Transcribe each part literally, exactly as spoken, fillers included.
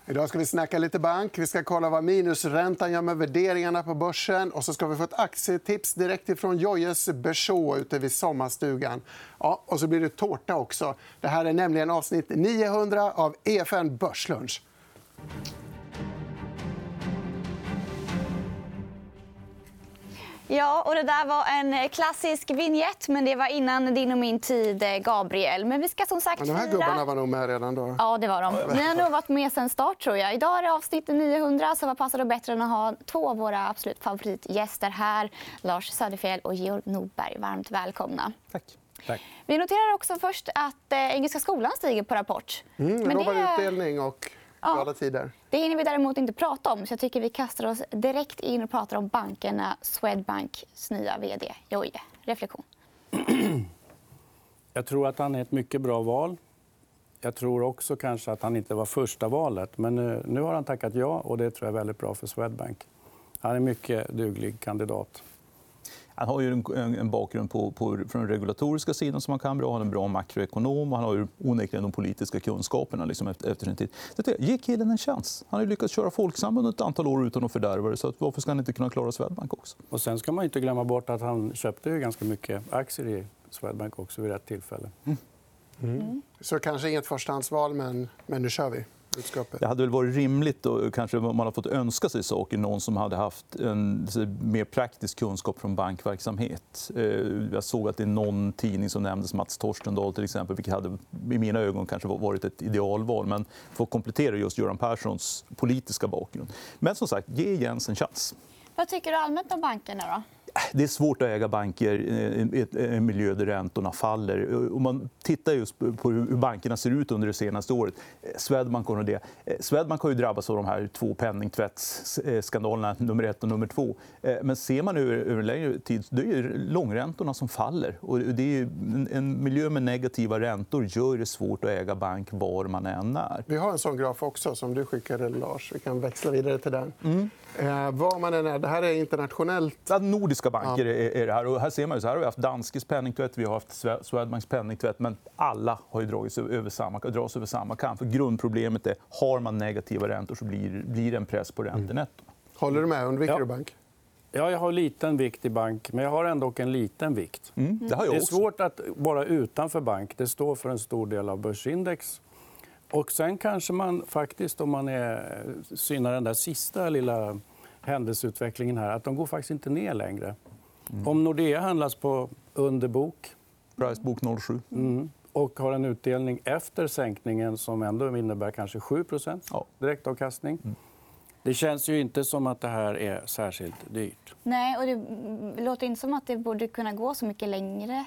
Idag ska vi snacka lite bank. Vi ska kolla vad minusräntan gör med värderingarna på börsen. Och så ska vi få ett aktietips direkt ifrån Joyes Berså ute vid sommarstugan. Ja, och så blir det tårta också. Det här är nämligen avsnitt niohundra av E F N Börslunch. Ja, och det där var en klassisk vignett, men det var innan din och min tid, Gabriel. Men vi ska som sagt men de här fira... gubbarna var nog med redan då. Ja, det var de. Ni har nog varit med sen start, tror jag. Idag är det avsnitt niohundra, så vad passar det bättre än att ha två av våra absolut favoritgäster här. Lars Söderfjell och Georg Nordberg. Varmt välkomna. Tack. Tack. Vi noterar också först att Engelska skolan stiger på rapport. Mm, men det det... utdelning och glada tider. Det hinner vi däremot inte prata om, så jag tycker vi kastar oss direkt in och pratar om bankerna. Swedbanks nya vd. Joje, reflektion. Jag tror att han är ett mycket bra val. Jag tror också kanske att han inte var första valet. Men nu, nu har han tackat ja, och det tror jag är väldigt bra för Swedbank. Han är en mycket duglig kandidat. Han har ju en, en bakgrund på, på, från den regulatoriska sidan som han kan bra. Han är en bra makroekonom och han har ju onekligen de politiska kunskaperna liksom efter, efter sin tid. Så jag, ge killen en chans. Han har ju lyckats köra Folksam under ett antal år utan att fördärva det. Så att varför ska han inte kunna klara Swedbank också? Och sen ska man inte glömma bort att han köpte ju ganska mycket aktier i Swedbank också vid rätt tillfälle. Mm. Mm. Så kanske inget förstahandsval, men, men nu kör vi. Det hade väl varit rimligt och kanske man har fått önska sig saker. Någon som hade haft en mer praktisk kunskap från bankverksamhet. Jag såg att det är någon tidning som nämndes, Mats Torstendal till exempel, vilket hade i mina ögon kanske varit ett idealval. Men för att komplettera just Göran Perssons politiska bakgrund. Men som sagt, ge Jens en chans. Vad tycker du allmänt om bankerna då? Det är svårt att äga banker i en miljö där räntorna faller. Om man tittar just på hur bankerna ser ut under det senaste året. Swedbank och det. Swedbank har ju drabbats av de här två penningtvättsskandalerna, nummer ett och nummer två. Men ser man över, över längre tid, det är långräntorna som faller. Och det är en miljö med negativa räntor gör det svårt att äga bank var man än är. Vi har en sån graf också som du skickade, Lars. Vi kan växla vidare till den. Mm. Eh, var man än är. Det här är internationellt. Ja, nordiska banker är det här. Och här ser man ju så här har vi haft Danskes penningtvätt, vi har haft Swedbanks penningtvätt, men alla har ju dragits över samma dras över samma kam. För grundproblemet är har man negativa räntor så blir blir det en press på räntenetto. Mm. Håller du med? Undviker ja. du bank? Ja, jag har liten vikt i bank, men jag har ändå en liten vikt. Mm. Det, har jag det är också. svårt att vara utanför bank. Det står för en stor del av börsindex. Och sen kanske man faktiskt, om man är synar den där sista lilla händelseutvecklingen här, att de går faktiskt inte ner längre. Mm. Om Nordea handlas på underbok, Pricebok noll sju mm. och har en utdelning efter sänkningen som ändå innebär kanske sju procent ja. direktavkastning. Mm. Det känns ju inte som att det här är särskilt dyrt. Nej, och det låter inte som att det borde kunna gå så mycket längre.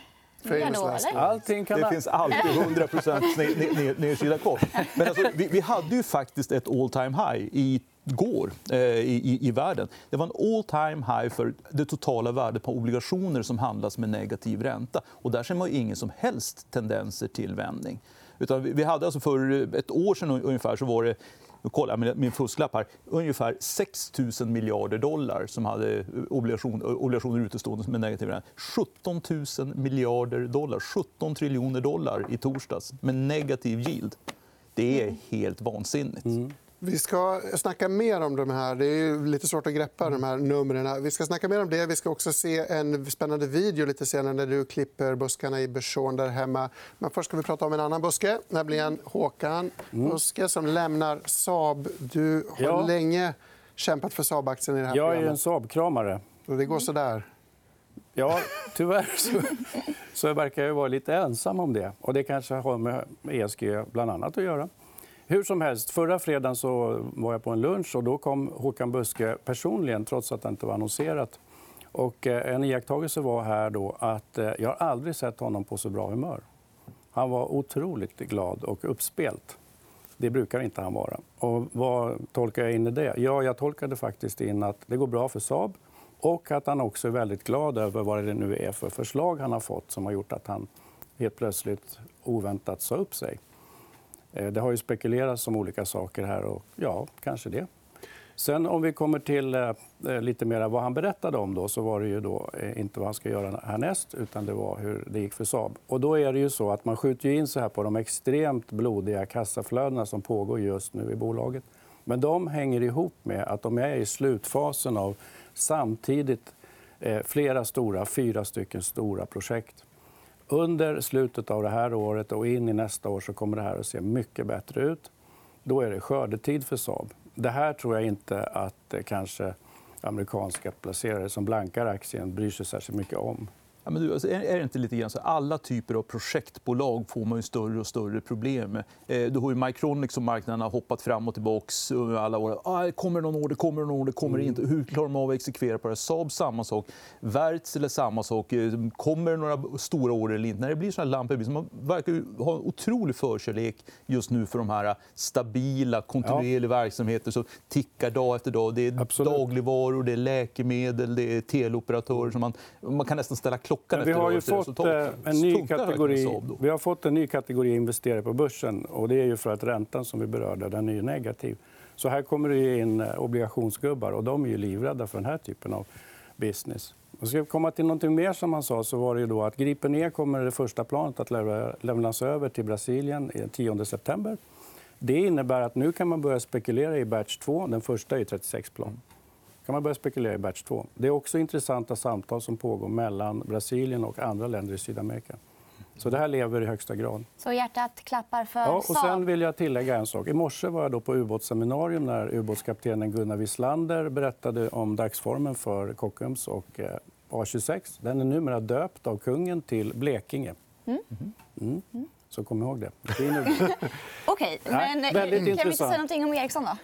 Allting kan... Det finns alltid hundra procent nedsida kors. Men alltså, vi, vi hade ju faktiskt ett all time high i går eh, i, i världen. Det var en all time high för det totala värdet på obligationer som handlas med negativ ränta. Och där ser man ju ingen som helst tendenser till vändning. Utan vi, vi hade alltså för ett år sedan ungefär så var det, kolla min fusklapp här, ungefär sex tusen miljarder dollar som hade obligation, obligationer utestående med negativ ränta. sjutton tusen miljarder dollar, sjutton triljoner dollar i torsdags med negativ yield. Det är helt vansinnigt. Mm. Vi ska snacka mer om de här. Det är lite svårt att greppa de här numren. Vi ska snacka mer om det. Vi ska också se en spännande video lite senare när du klipper buskarna i Bersån där hemma. Men först ska vi prata om en annan buske, nämligen Håkan Buske som lämnar Saab. Du har ja. länge kämpat för Saab-aktien i det här Jag är programmet. en Saab-kramare. Och det går så där. Ja, tyvärr så, så verkar jag vara lite ensam om det. Och det kanske har med E S G bland annat att göra. Hur som helst, förra fredagen så var jag på en lunch och då kom Håkan Buske personligen, trots att det inte var annonserat. Och en iakttagelse var här då att jag har aldrig sett honom på så bra humör. Han var otroligt glad och uppspelt. Det brukar inte han vara. Och vad tolkar jag in i det? Ja, jag tolkade faktiskt in att det går bra för Saab och att han också är väldigt glad över vad det nu är för förslag han har fått som har gjort att han helt plötsligt oväntat sa upp sig. Det har ju spekulerats om olika saker här och ja, kanske det. Sen om vi kommer till eh, lite mer vad han berättade om då, så var det ju då eh, inte vad han ska göra härnäst, utan det var hur det gick för Saab. Och då är det ju så att man skjuter ju in så här på de extremt blodiga kassaflödena som pågår just nu i bolaget. Men de hänger ihop med att de är i slutfasen av samtidigt eh, flera stora, fyra stycken stora projekt. Under slutet av det här året och in i nästa år så kommer det här att se mycket bättre ut. Då är det skördetid för Saab. Det här tror jag inte att eh, kanske amerikanska placerare som blankar aktien bryr sig särskilt mycket om. Ja, men du, alltså, är, är det inte lite grann så alla typer av projektbolag får man ju större och större problem med. Eh, du har ju Micronics som marknaden har hoppat fram och tillbaka alla år. Ah, kommer det någon order, kommer det någon order, kommer det inte? Hur klarar de av att exekvera på det? Saab samma sak, Wärtsilä samma sak. Kommer det några stora order eller inte? När det blir såna lampor, man verkar ju ha en otrolig förkärlek just nu för de här stabila, kontinuerliga ja. verksamheter som tickar dag efter dag. Det är Absolut. dagligvaror, det är läkemedel, det är teleoperatörer som man, man kan nästan ställa klockan. Vi har ju fått en ny kategori. Vi har fått en ny kategori investerare på börsen, och det är ju för att räntan som vi berörde, den är ju negativ. Så här kommer det in obligationsgubbar, och de är ju livrädda för den här typen av business. Och ska vi komma till något mer som han sa, så var det ju då att Gripen E kommer det första planet att lämnas över till Brasilien den tionde september. Det innebär att nu kan man börja spekulera i batch två. Den första är trettiosex plan. Kan man börja spekulera i batch två. Det är också intressanta samtal som pågår mellan Brasilien och andra länder i Sydamerika. Så det här lever i högsta grad. Så hjärtat klappar för ja, och Saab. Sen vill jag tillägga en sak. I morse var jag då på ubåtsseminarium när ubåtskaptenen Gunnar Wislander berättade om dagsformen för Kockums och A tjugosex. Den är numera döpt av kungen till Blekinge. Mm. Mm. Så kom ihåg det. Okej, men Nej, kan vi inte säga någonting om Ericsson då?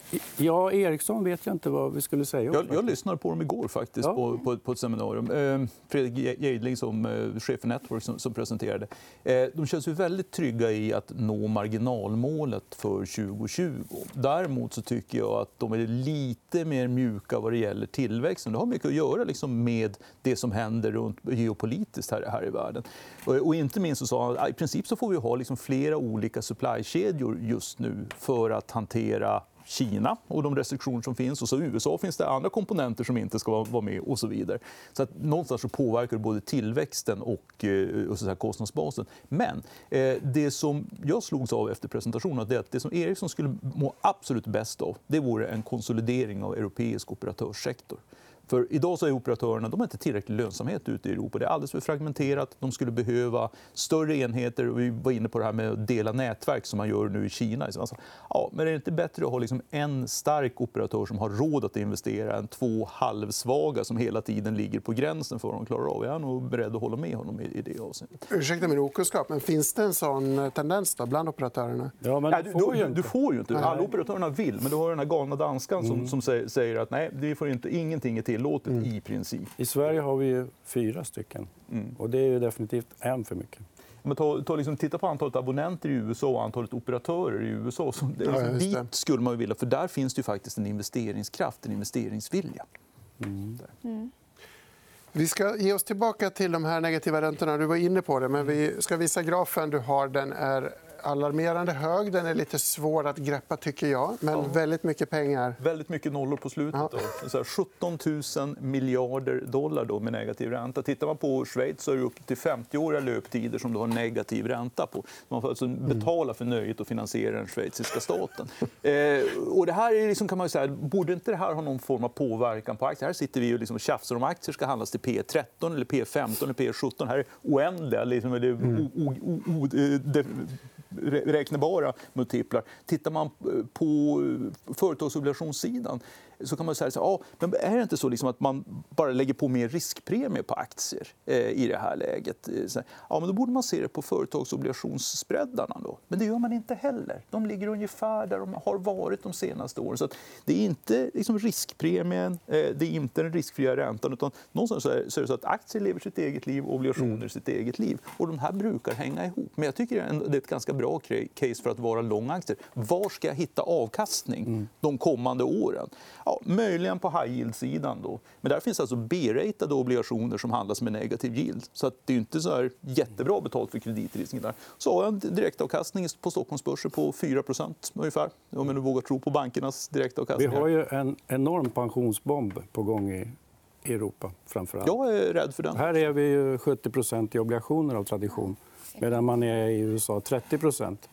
Ja, Ericsson vet jag inte vad vi skulle säga. Jag, jag lyssnade på dem igår faktiskt, ja. på, på, på ett seminarium. Eh, Fredrik Geidling, som eh, chef för Network, som, som presenterade. Eh, de känns ju väldigt trygga i att nå marginalmålet för tjugo tjugo. Däremot så tycker jag att de är lite mer mjuka vad det gäller tillväxten. Det har mycket att göra liksom, med det som händer runt geopolitiskt här, här i världen. Och, och inte minst så sa han att i princip så får vi ha liksom, flera olika supply-kedjor just nu för att hantera Kina och de restriktioner som finns. Och så i U S A finns det andra komponenter som inte ska vara med och så vidare. Så att någonstans så påverkar det både tillväxten och, och så här kostnadsbasen. Men eh, det som jag slogs av efter presentationen är att det som Ericsson skulle må absolut bäst av, det vore en konsolidering av europeisk operatörssektor. För idag så är operatörerna de har inte tillräcklig lönsamhet ute i Europa. Det är alldeles för fragmenterat. De skulle behöva större enheter. Vi var inne på det här med att dela nätverk som man gör nu i Kina. Alltså, ja, men är det inte bättre att ha liksom en stark operatör som har råd att investera än två halvsvaga som hela tiden ligger på gränsen för vad de klarar av? Jag är nog beredd att hålla med honom i det avseendet. Ursäkta min okunskap, men finns det en sån tendens då bland operatörerna? Ja, men nej, du, får du, du får ju inte. Alla operatörerna vill, men du har den här galna danskan som, mm. som säger, säger att nej, det får inte, ingenting är till. Låtet mm. i princip. I Sverige har vi ju fyra stycken. Mm. Och det är ju definitivt en för mycket. Men ta, ta liksom, titta på antalet abonnenter i U S A och antalet operatörer i U S A. Så det, liksom, ja, dit skulle man vilja, för där finns det ju faktiskt en investeringskraft, en investeringsvilja. Mm. Mm. Vi ska ge oss tillbaka till de här negativa räntorna. Du var inne på det, men vi ska visa grafen du har. Den är alarmerande hög. Den är lite svår att greppa, tycker jag. Men ja. väldigt mycket pengar. Väldigt mycket nollor på slutet. Ja. Då. Så här, sjutton tusen miljarder dollar då med negativ ränta. Tittar man på Schweiz så är det upp till femtio-åriga löptider som du har negativ ränta på. Man får alltså betala för nöjet att finansiera den schweiziska staten. eh, och det här är liksom, kan man ju säga, borde inte det här ha någon form av påverkan på aktier? Här sitter vi och liksom tjafsar om aktier ska handlas till P tretton eller P femton eller P sjutton. Här är oändliga, liksom, det är o, o, o, o, de, räknebara multiplar. Tittar man på företagsobligationssidan så kan man säga så, ja, men är det inte så liksom att man bara lägger på mer riskpremie på aktier eh, i det här läget? Så, ja, men då borde man se det på företagsobligationsspreadarna då. Men det gör man inte heller. De ligger ungefär där de har varit de senaste åren. Så att det är inte liksom riskpremien, eh, det är inte den riskfria räntan, utan någonstans så är, så är det så att aktier lever sitt eget liv och obligationer mm. sitt eget liv. Och de här brukar hänga ihop. Men jag tycker det är ett ganska bra case för att vara lång aktier. Var ska jag hitta avkastning mm. de kommande åren? Ja, möjligen på high yield-sidan. Då. Men där finns alltså B-ratade obligationer som handlas med negativ yield. Så att det är inte så här jättebra betalt för kreditrisken. Där. Så har jag en direktavkastning på Stockholmsbörser på fyra procent ungefär. Om jag nu vågar tro på bankernas direktavkastning. Vi har ju en enorm pensionsbomb på gång i Europa. Framförallt. Jag är rädd för den. Här är vi ju sjuttio procent i obligationer av tradition. Medan man är i U S A trettio procent.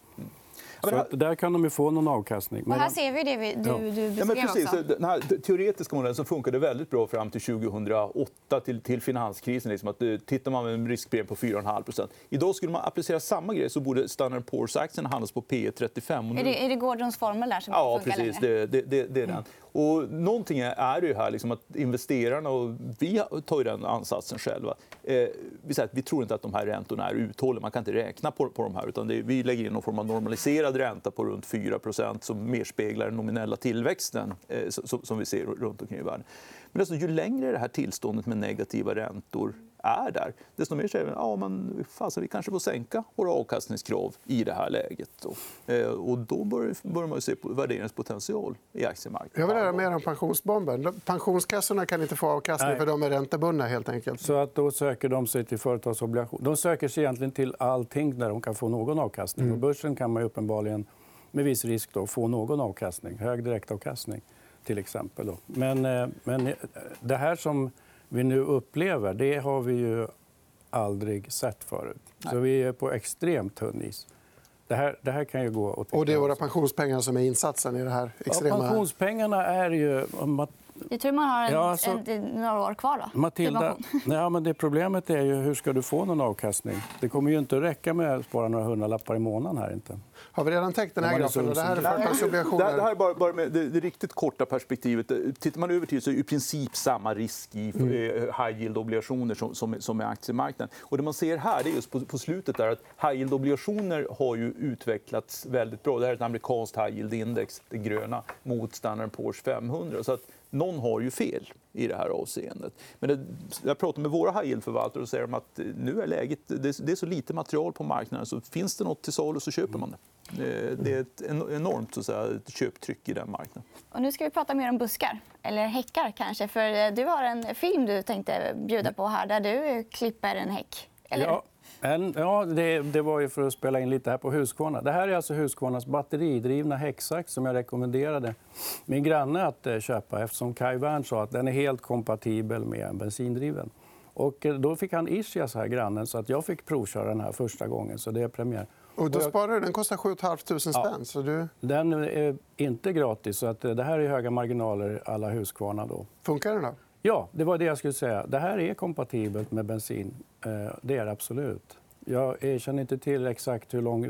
Så att där kan de ju få någon avkastning. Och här ser vi det vi, du, ja. du beskrev ja, men precis. också. Den här teoretiska modellen som funkade väldigt bra fram till tjugohundraåtta, till, till finanskrisen. Liksom att, tittar man med en riskpremie på fyra komma fem procent. Idag skulle man applicera samma grej så borde Standard and Poor's-aktien handlas på P E trettiofem. Nu... Är, det, är det Gordons formel där som ja, funkar precis. längre? Det, det, det är den. Och någonting är det ju här liksom att investerarna, och vi tar ju den ansatsen själva. Eh, vi säger att vi tror inte att de här räntorna är uthålliga. Man kan inte räkna på, på de här. Utan det, vi lägger in någon form av normaliserad ränta på runt fyra procent som mer speglar den nominella tillväxten eh, som, som vi ser runt omkring i världen. Men alltså, ju längre det här tillståndet med negativa räntor är där, desto mer säger vi ja, men, alltså, vi kanske får sänka våra avkastningskrav i det här läget. Då. Eh, och då börjar, börjar man se på värderingspotential i aktiemarknaden. Jag vill höra mer om pensionsbomben. Pensionskassorna kan inte få avkastning Nej. för de är räntebundna helt enkelt. Så att då söker de sig till företagsobligationer. De söker sig egentligen till allting där de kan få någon avkastning. Mm. På börsen kan man ju uppenbarligen med viss risk då få någon avkastning, hög direktavkastning till exempel. Då. Men, men det här som vi nu upplever, det har vi ju aldrig sett förut. Nej. Så vi är på extremt tunn is. Det här, det här kan ju gå åt... Och det är våra pensionspengar som är insatsen i det här extrema... Ja, pensionspengarna är ju... Jag tror man har en, ja, alltså, en, några år kvar. Då. Matilda, ja, men det problemet är ju hur ska du få någon avkastning. Det kommer ju inte att räcka med att spara några hundralappar i månaden här inte. Har vi redan täckt den här grafen? Det här är företagsobligationer. Det här är bara, bara med det, det riktigt korta perspektivet. Tittar man över tid så är det i princip samma risk i mm. high yield-obligationer som, som, som i aktiemarknaden. Och det man ser här det är just på, på slutet där att high yield-obligationer har ju utvecklats väldigt bra. Det här är ett amerikanskt high yield-index, det gröna, mot Standard and Poor's femhundra. Så att någon har ju fel i det här avseendet. Men det, jag pratar med våra high yield-förvaltare och säger att nu är läget, det, det är så lite material på marknaden så finns det något till salu så köper man det. Det är ett enormt så att säga, ett köptryck i den marknaden. Och nu ska vi prata mer om buskar, eller häckar kanske. För du har en film du tänkte bjuda på här där du klipper en häck. Eller? Ja, en, ja det, det var ju för att spela in lite här på Husqvarna. Det här är alltså Husqvarnas batteridrivna häcksax som jag rekommenderade min granne att köpa eftersom Kai Wern sa att den är helt kompatibel med en bensindriven. Och då fick han Ischias här grannen så att jag fick provköra den här första gången så det är premiär. Och då sparar du, den kostar sju tusen femhundra spänn. Ja. Så du... Den är inte gratis så att det här är höga marginaler alla Husqvarna då. Funkar den då? Ja, det var det jag skulle säga. Det här är kompatibelt med bensin. Det är det absolut. Jag känner inte till exakt hur lång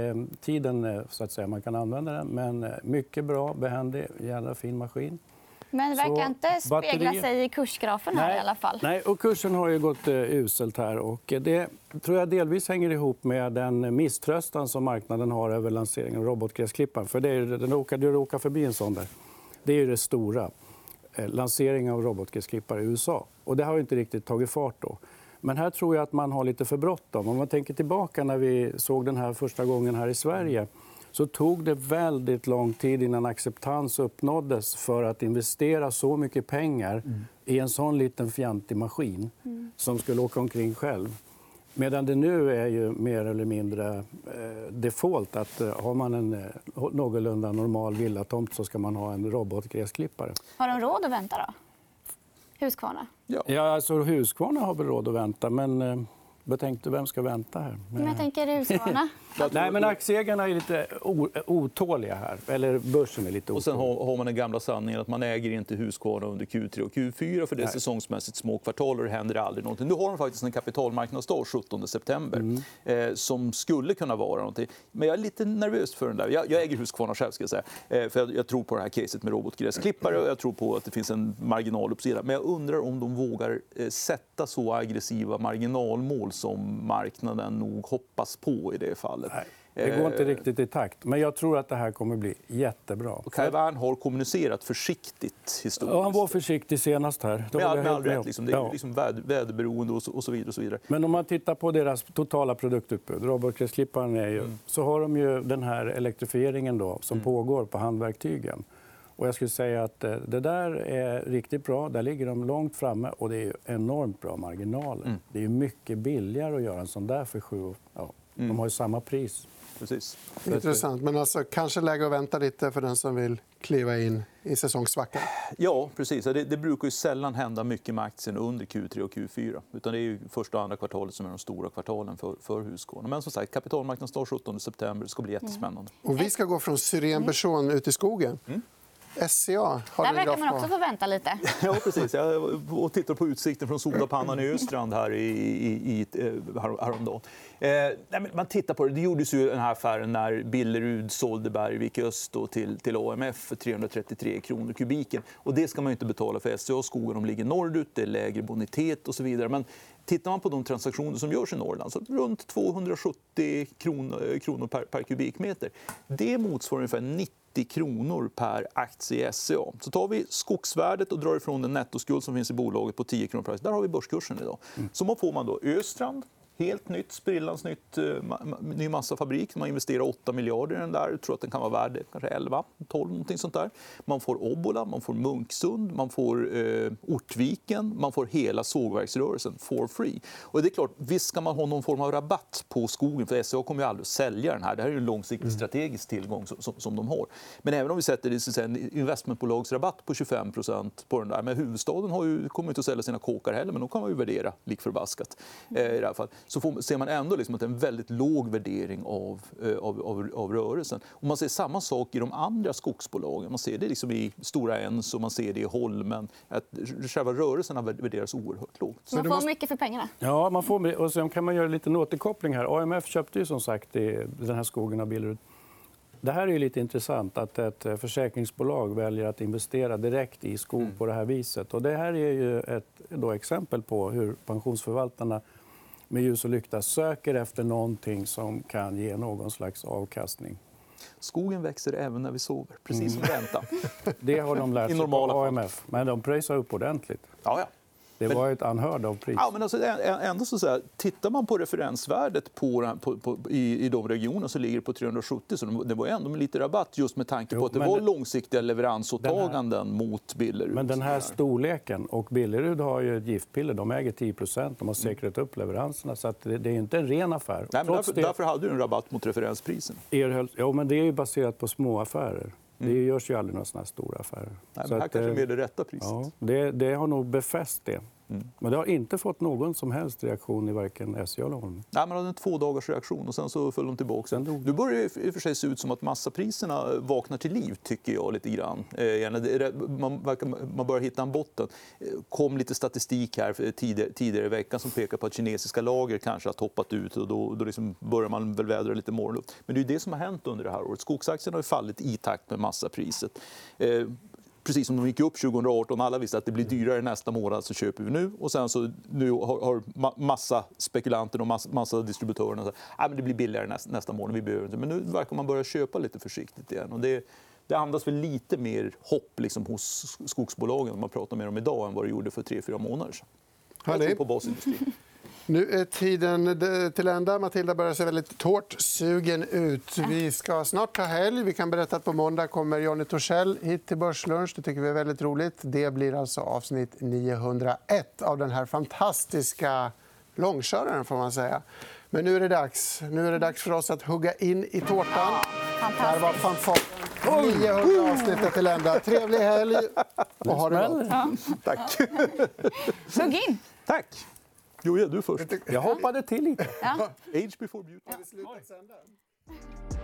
tiden så att säga, man kan använda den. Men mycket bra, behändig, jävla fin maskin. Men det verkar så, inte spegla batteri... sig i kursgrafen här nej, i alla fall. Nej, och kursen har ju gått uh, uselt här. Och det tror jag delvis hänger ihop med den misströstan som marknaden har över lanseringen av robotgräsklipparen. För det är, den råkar, du råkar förbi en sån där. Det är ju det stora. Eh, lanseringen av robotgräsklippare i U S A. Och det har inte riktigt tagit fart då. Men här tror jag att man har lite för bråttom. Om man tänker tillbaka när vi såg den här första gången här i Sverige så tog det väldigt lång tid innan acceptans uppnåddes för att investera så mycket pengar mm. i en sån liten fjantig maskin mm. som skulle åka omkring själv. Medan det nu är ju mer eller mindre eh, default att eh, har man en eh, någorlunda normal villatomt så ska man ha en robotgräsklippare. Har de råd att vänta då? Husqvarna? Ja, ja alltså Husqvarna har väl råd att vänta men eh, betänkte vem ska vänta här? Men jag tänker Husqvarna. Nej, men aktieägarna är lite otåliga här. Eller börsen är lite otålig. Och sen har man den gamla sanningen att man äger inte Husqvarna under Q tre och Q fyra för det är säsongsmässigt små kvartal och det händer aldrig någonting. Nu har de faktiskt en kapitalmarknadsdag sjuttonde september mm. eh, som skulle kunna vara någonting. Men jag är lite nervös för den där. Jag, jag äger Husqvarna själv ska jag säga. Eh, för jag, jag tror på det här caset med robotgräsklippare och jag tror på att det finns en marginaluppsida. Men jag undrar om de vågar eh, sätta så aggressiva marginalmål som marknaden nog hoppas på i det fallet. Nej, det går inte riktigt i takt. Men jag tror att det här kommer bli jättebra. Och Kai Wern har kommunicerat försiktigt historiskt. Ja, han var försiktig senast här. Med all, med all rätt. Liksom. Det är ja. liksom väderberoende och så, och, så vidare och så vidare. Men om man tittar på deras totala produktutbud, robotgräsklipparen är ju, mm. så har de ju den här elektrifieringen då, som mm. pågår på handverktygen. Och jag skulle säga att eh, det där är riktigt bra. Där ligger de långt framme och det är ju enormt bra marginaler. Mm. Det är ju mycket billigare att göra en sån där för sju. Ja, mm. De har ju samma pris. Precis. Intressant. Men alltså, kanske läge att vänta lite för den som vill kliva in i säsongssvackan. Ja, precis. Det, det brukar ju sällan hända mycket med aktien under Q tre och Q fyra. Utan det är ju första och andra kvartalet som är de stora kvartalen för, för Husqvarna. Men som sagt, kapitalmarknadsdag sjuttonde september. Det ska bli jättespännande. Och vi ska gå från Syrien Bergeron ut i skogen. Mm. S C A har där du verkar man också få vänta lite. Ja, precis. Jag tittar på utsikten från sodapannan i Östrand här i, i, i, häromdagen. Eh, man tittar på det. Det gjordes ju den här affären när Billerud sålde Bergvik Öst till, till A M F för trehundratrettiotre kronor kubiken. Och det ska man inte betala för S C A. Skogen de ligger norrut, det är lägre bonitet och så vidare. Men tittar man på de transaktioner som görs i Norrland så runt tvåhundrasjuttio kronor, kronor per, per kubikmeter. Det motsvarar ungefär nittio kronor per aktie i S C A. Så tar vi skogsvärdet och drar ifrån den nettoskuld som finns i bolaget på tio kronor per aktie. Där har vi börskursen idag. Mm. Så man får man då Östrand, helt nytt, sprillans nytt, ma- ny massafabrik. Man investerar åtta miljarder i den där. Jag tror att den kan vara värd kanske elva, tolv, någonting sånt där. Man får Obbola, man får Munksund, man får eh, Ortviken, man får hela sågverksrörelsen for free. Och det är klart, visst ska man ha någon form av rabatt på skogen, för S C A kommer ju aldrig att sälja den här. Det här är ju en långsiktig strategisk tillgång som, som, som de har. Men även om vi sätter det, så att säga, en investmentbolagsrabatt på tjugofem procent på den där, men huvudstaden har ju, kommer inte att sälja sina kåkar heller, men de kan man ju värdera likförbaskat eh, i det här fallet. Så får, ser man ändå liksom att det är en väldigt låg värdering av, av, av, av rörelsen. Och man ser samma sak i de andra skogsbolagen. Man ser det liksom i Stora Enso, man ser det i Holmen. Att själva rörelserna värderas oerhört lågt. Man får mycket för pengarna. Ja, man får, och sen kan man göra lite återkoppling här. A M F köpte ju som sagt den här skogen av Billerud. Det här är ju lite intressant att ett försäkringsbolag väljer att investera direkt i skog mm. på det här viset. Och det här är ju ett då exempel på hur pensionsförvaltarna med ljus och lykta söker efter någonting som kan ge någon slags avkastning. Skogen växer även när vi sover, precis som räntan. Det har de lärt sig på A M F, men de pröjsar upp ordentligt. Ja, ja. Det var ett anhörd av pris. Ja, men alltså, ändå så säga, tittar man på referensvärdet på, på, på, i, i de regionerna så ligger det på trehundrasjuttio. Så det var ändå med lite rabatt just med tanke på jo, att det var det, långsiktiga leveransåtaganden här, mot Billerud. Men den här storleken, och Billerud har ju ett giftpiller, de äger tio procent. De har säkrat upp leveranserna, så att det, det är inte en ren affär. Nej, men därför, det, därför hade du en rabatt mot referensprisen. Erhöll, ja, men det är ju baserat på små affärer. Det görs ju aldrig några såna här stora affärer. Nej, men här att, kanske är det rätta priset. Ja, det, det har nog befäst det. Mm. Men det har inte fått någon som helst reaktion i varken S C A eller Holmen. Nej, man hade en två dagars reaktion och sen så föll de tillbaka. Nu börjar det i och för sig se ut som att massapriserna vaknar till liv, tycker jag lite grann. Man, man börjar hitta en botten. Kom lite statistik här tidigare, tidigare i veckan som pekar på att kinesiska lager kanske har toppat ut och då, då liksom börjar man väl vädra lite morgonluft. Men det är det som har hänt under det här året. Skogsaktierna har fallit i takt med massapriset. Precis som de gick upp tjugohundraarton, alla visste att det blir dyrare nästa månad, så köper vi nu. Och sen så nu har massa spekulanter och massa, massa distributörerna sagt att ah, det blir billigare nästa, nästa månad, vi behöver inte. Men nu verkar man börja köpa lite försiktigt igen. Och det, det andas väl lite mer hopp liksom, hos skogsbolagen, man pratar med dem idag, än vad det gjorde för tre, fyra månader sedan. Jag tror på basindustrin. Nu är tiden till ända. Matilda börjar se väldigt hårt sugen ut. Vi ska snart ta helg. Vi kan berätta att på måndag kommer Johnny Torssell hit till Börslunch. Det tycker vi är väldigt roligt. Det blir alltså avsnitt niohundraett av den här fantastiska långköraren, får man säga. Men nu är det dags. Nu är det dags för oss att hugga in i tårtan. Där var fanfaren. niohundra avsnittet till ända. Trevlig helg och ha det gott. Ja. Tack. Hugg in. Tack. Jo, ja, du först. Jag hoppade till lite. Ja. Age before beauty. Har vi slutat sända?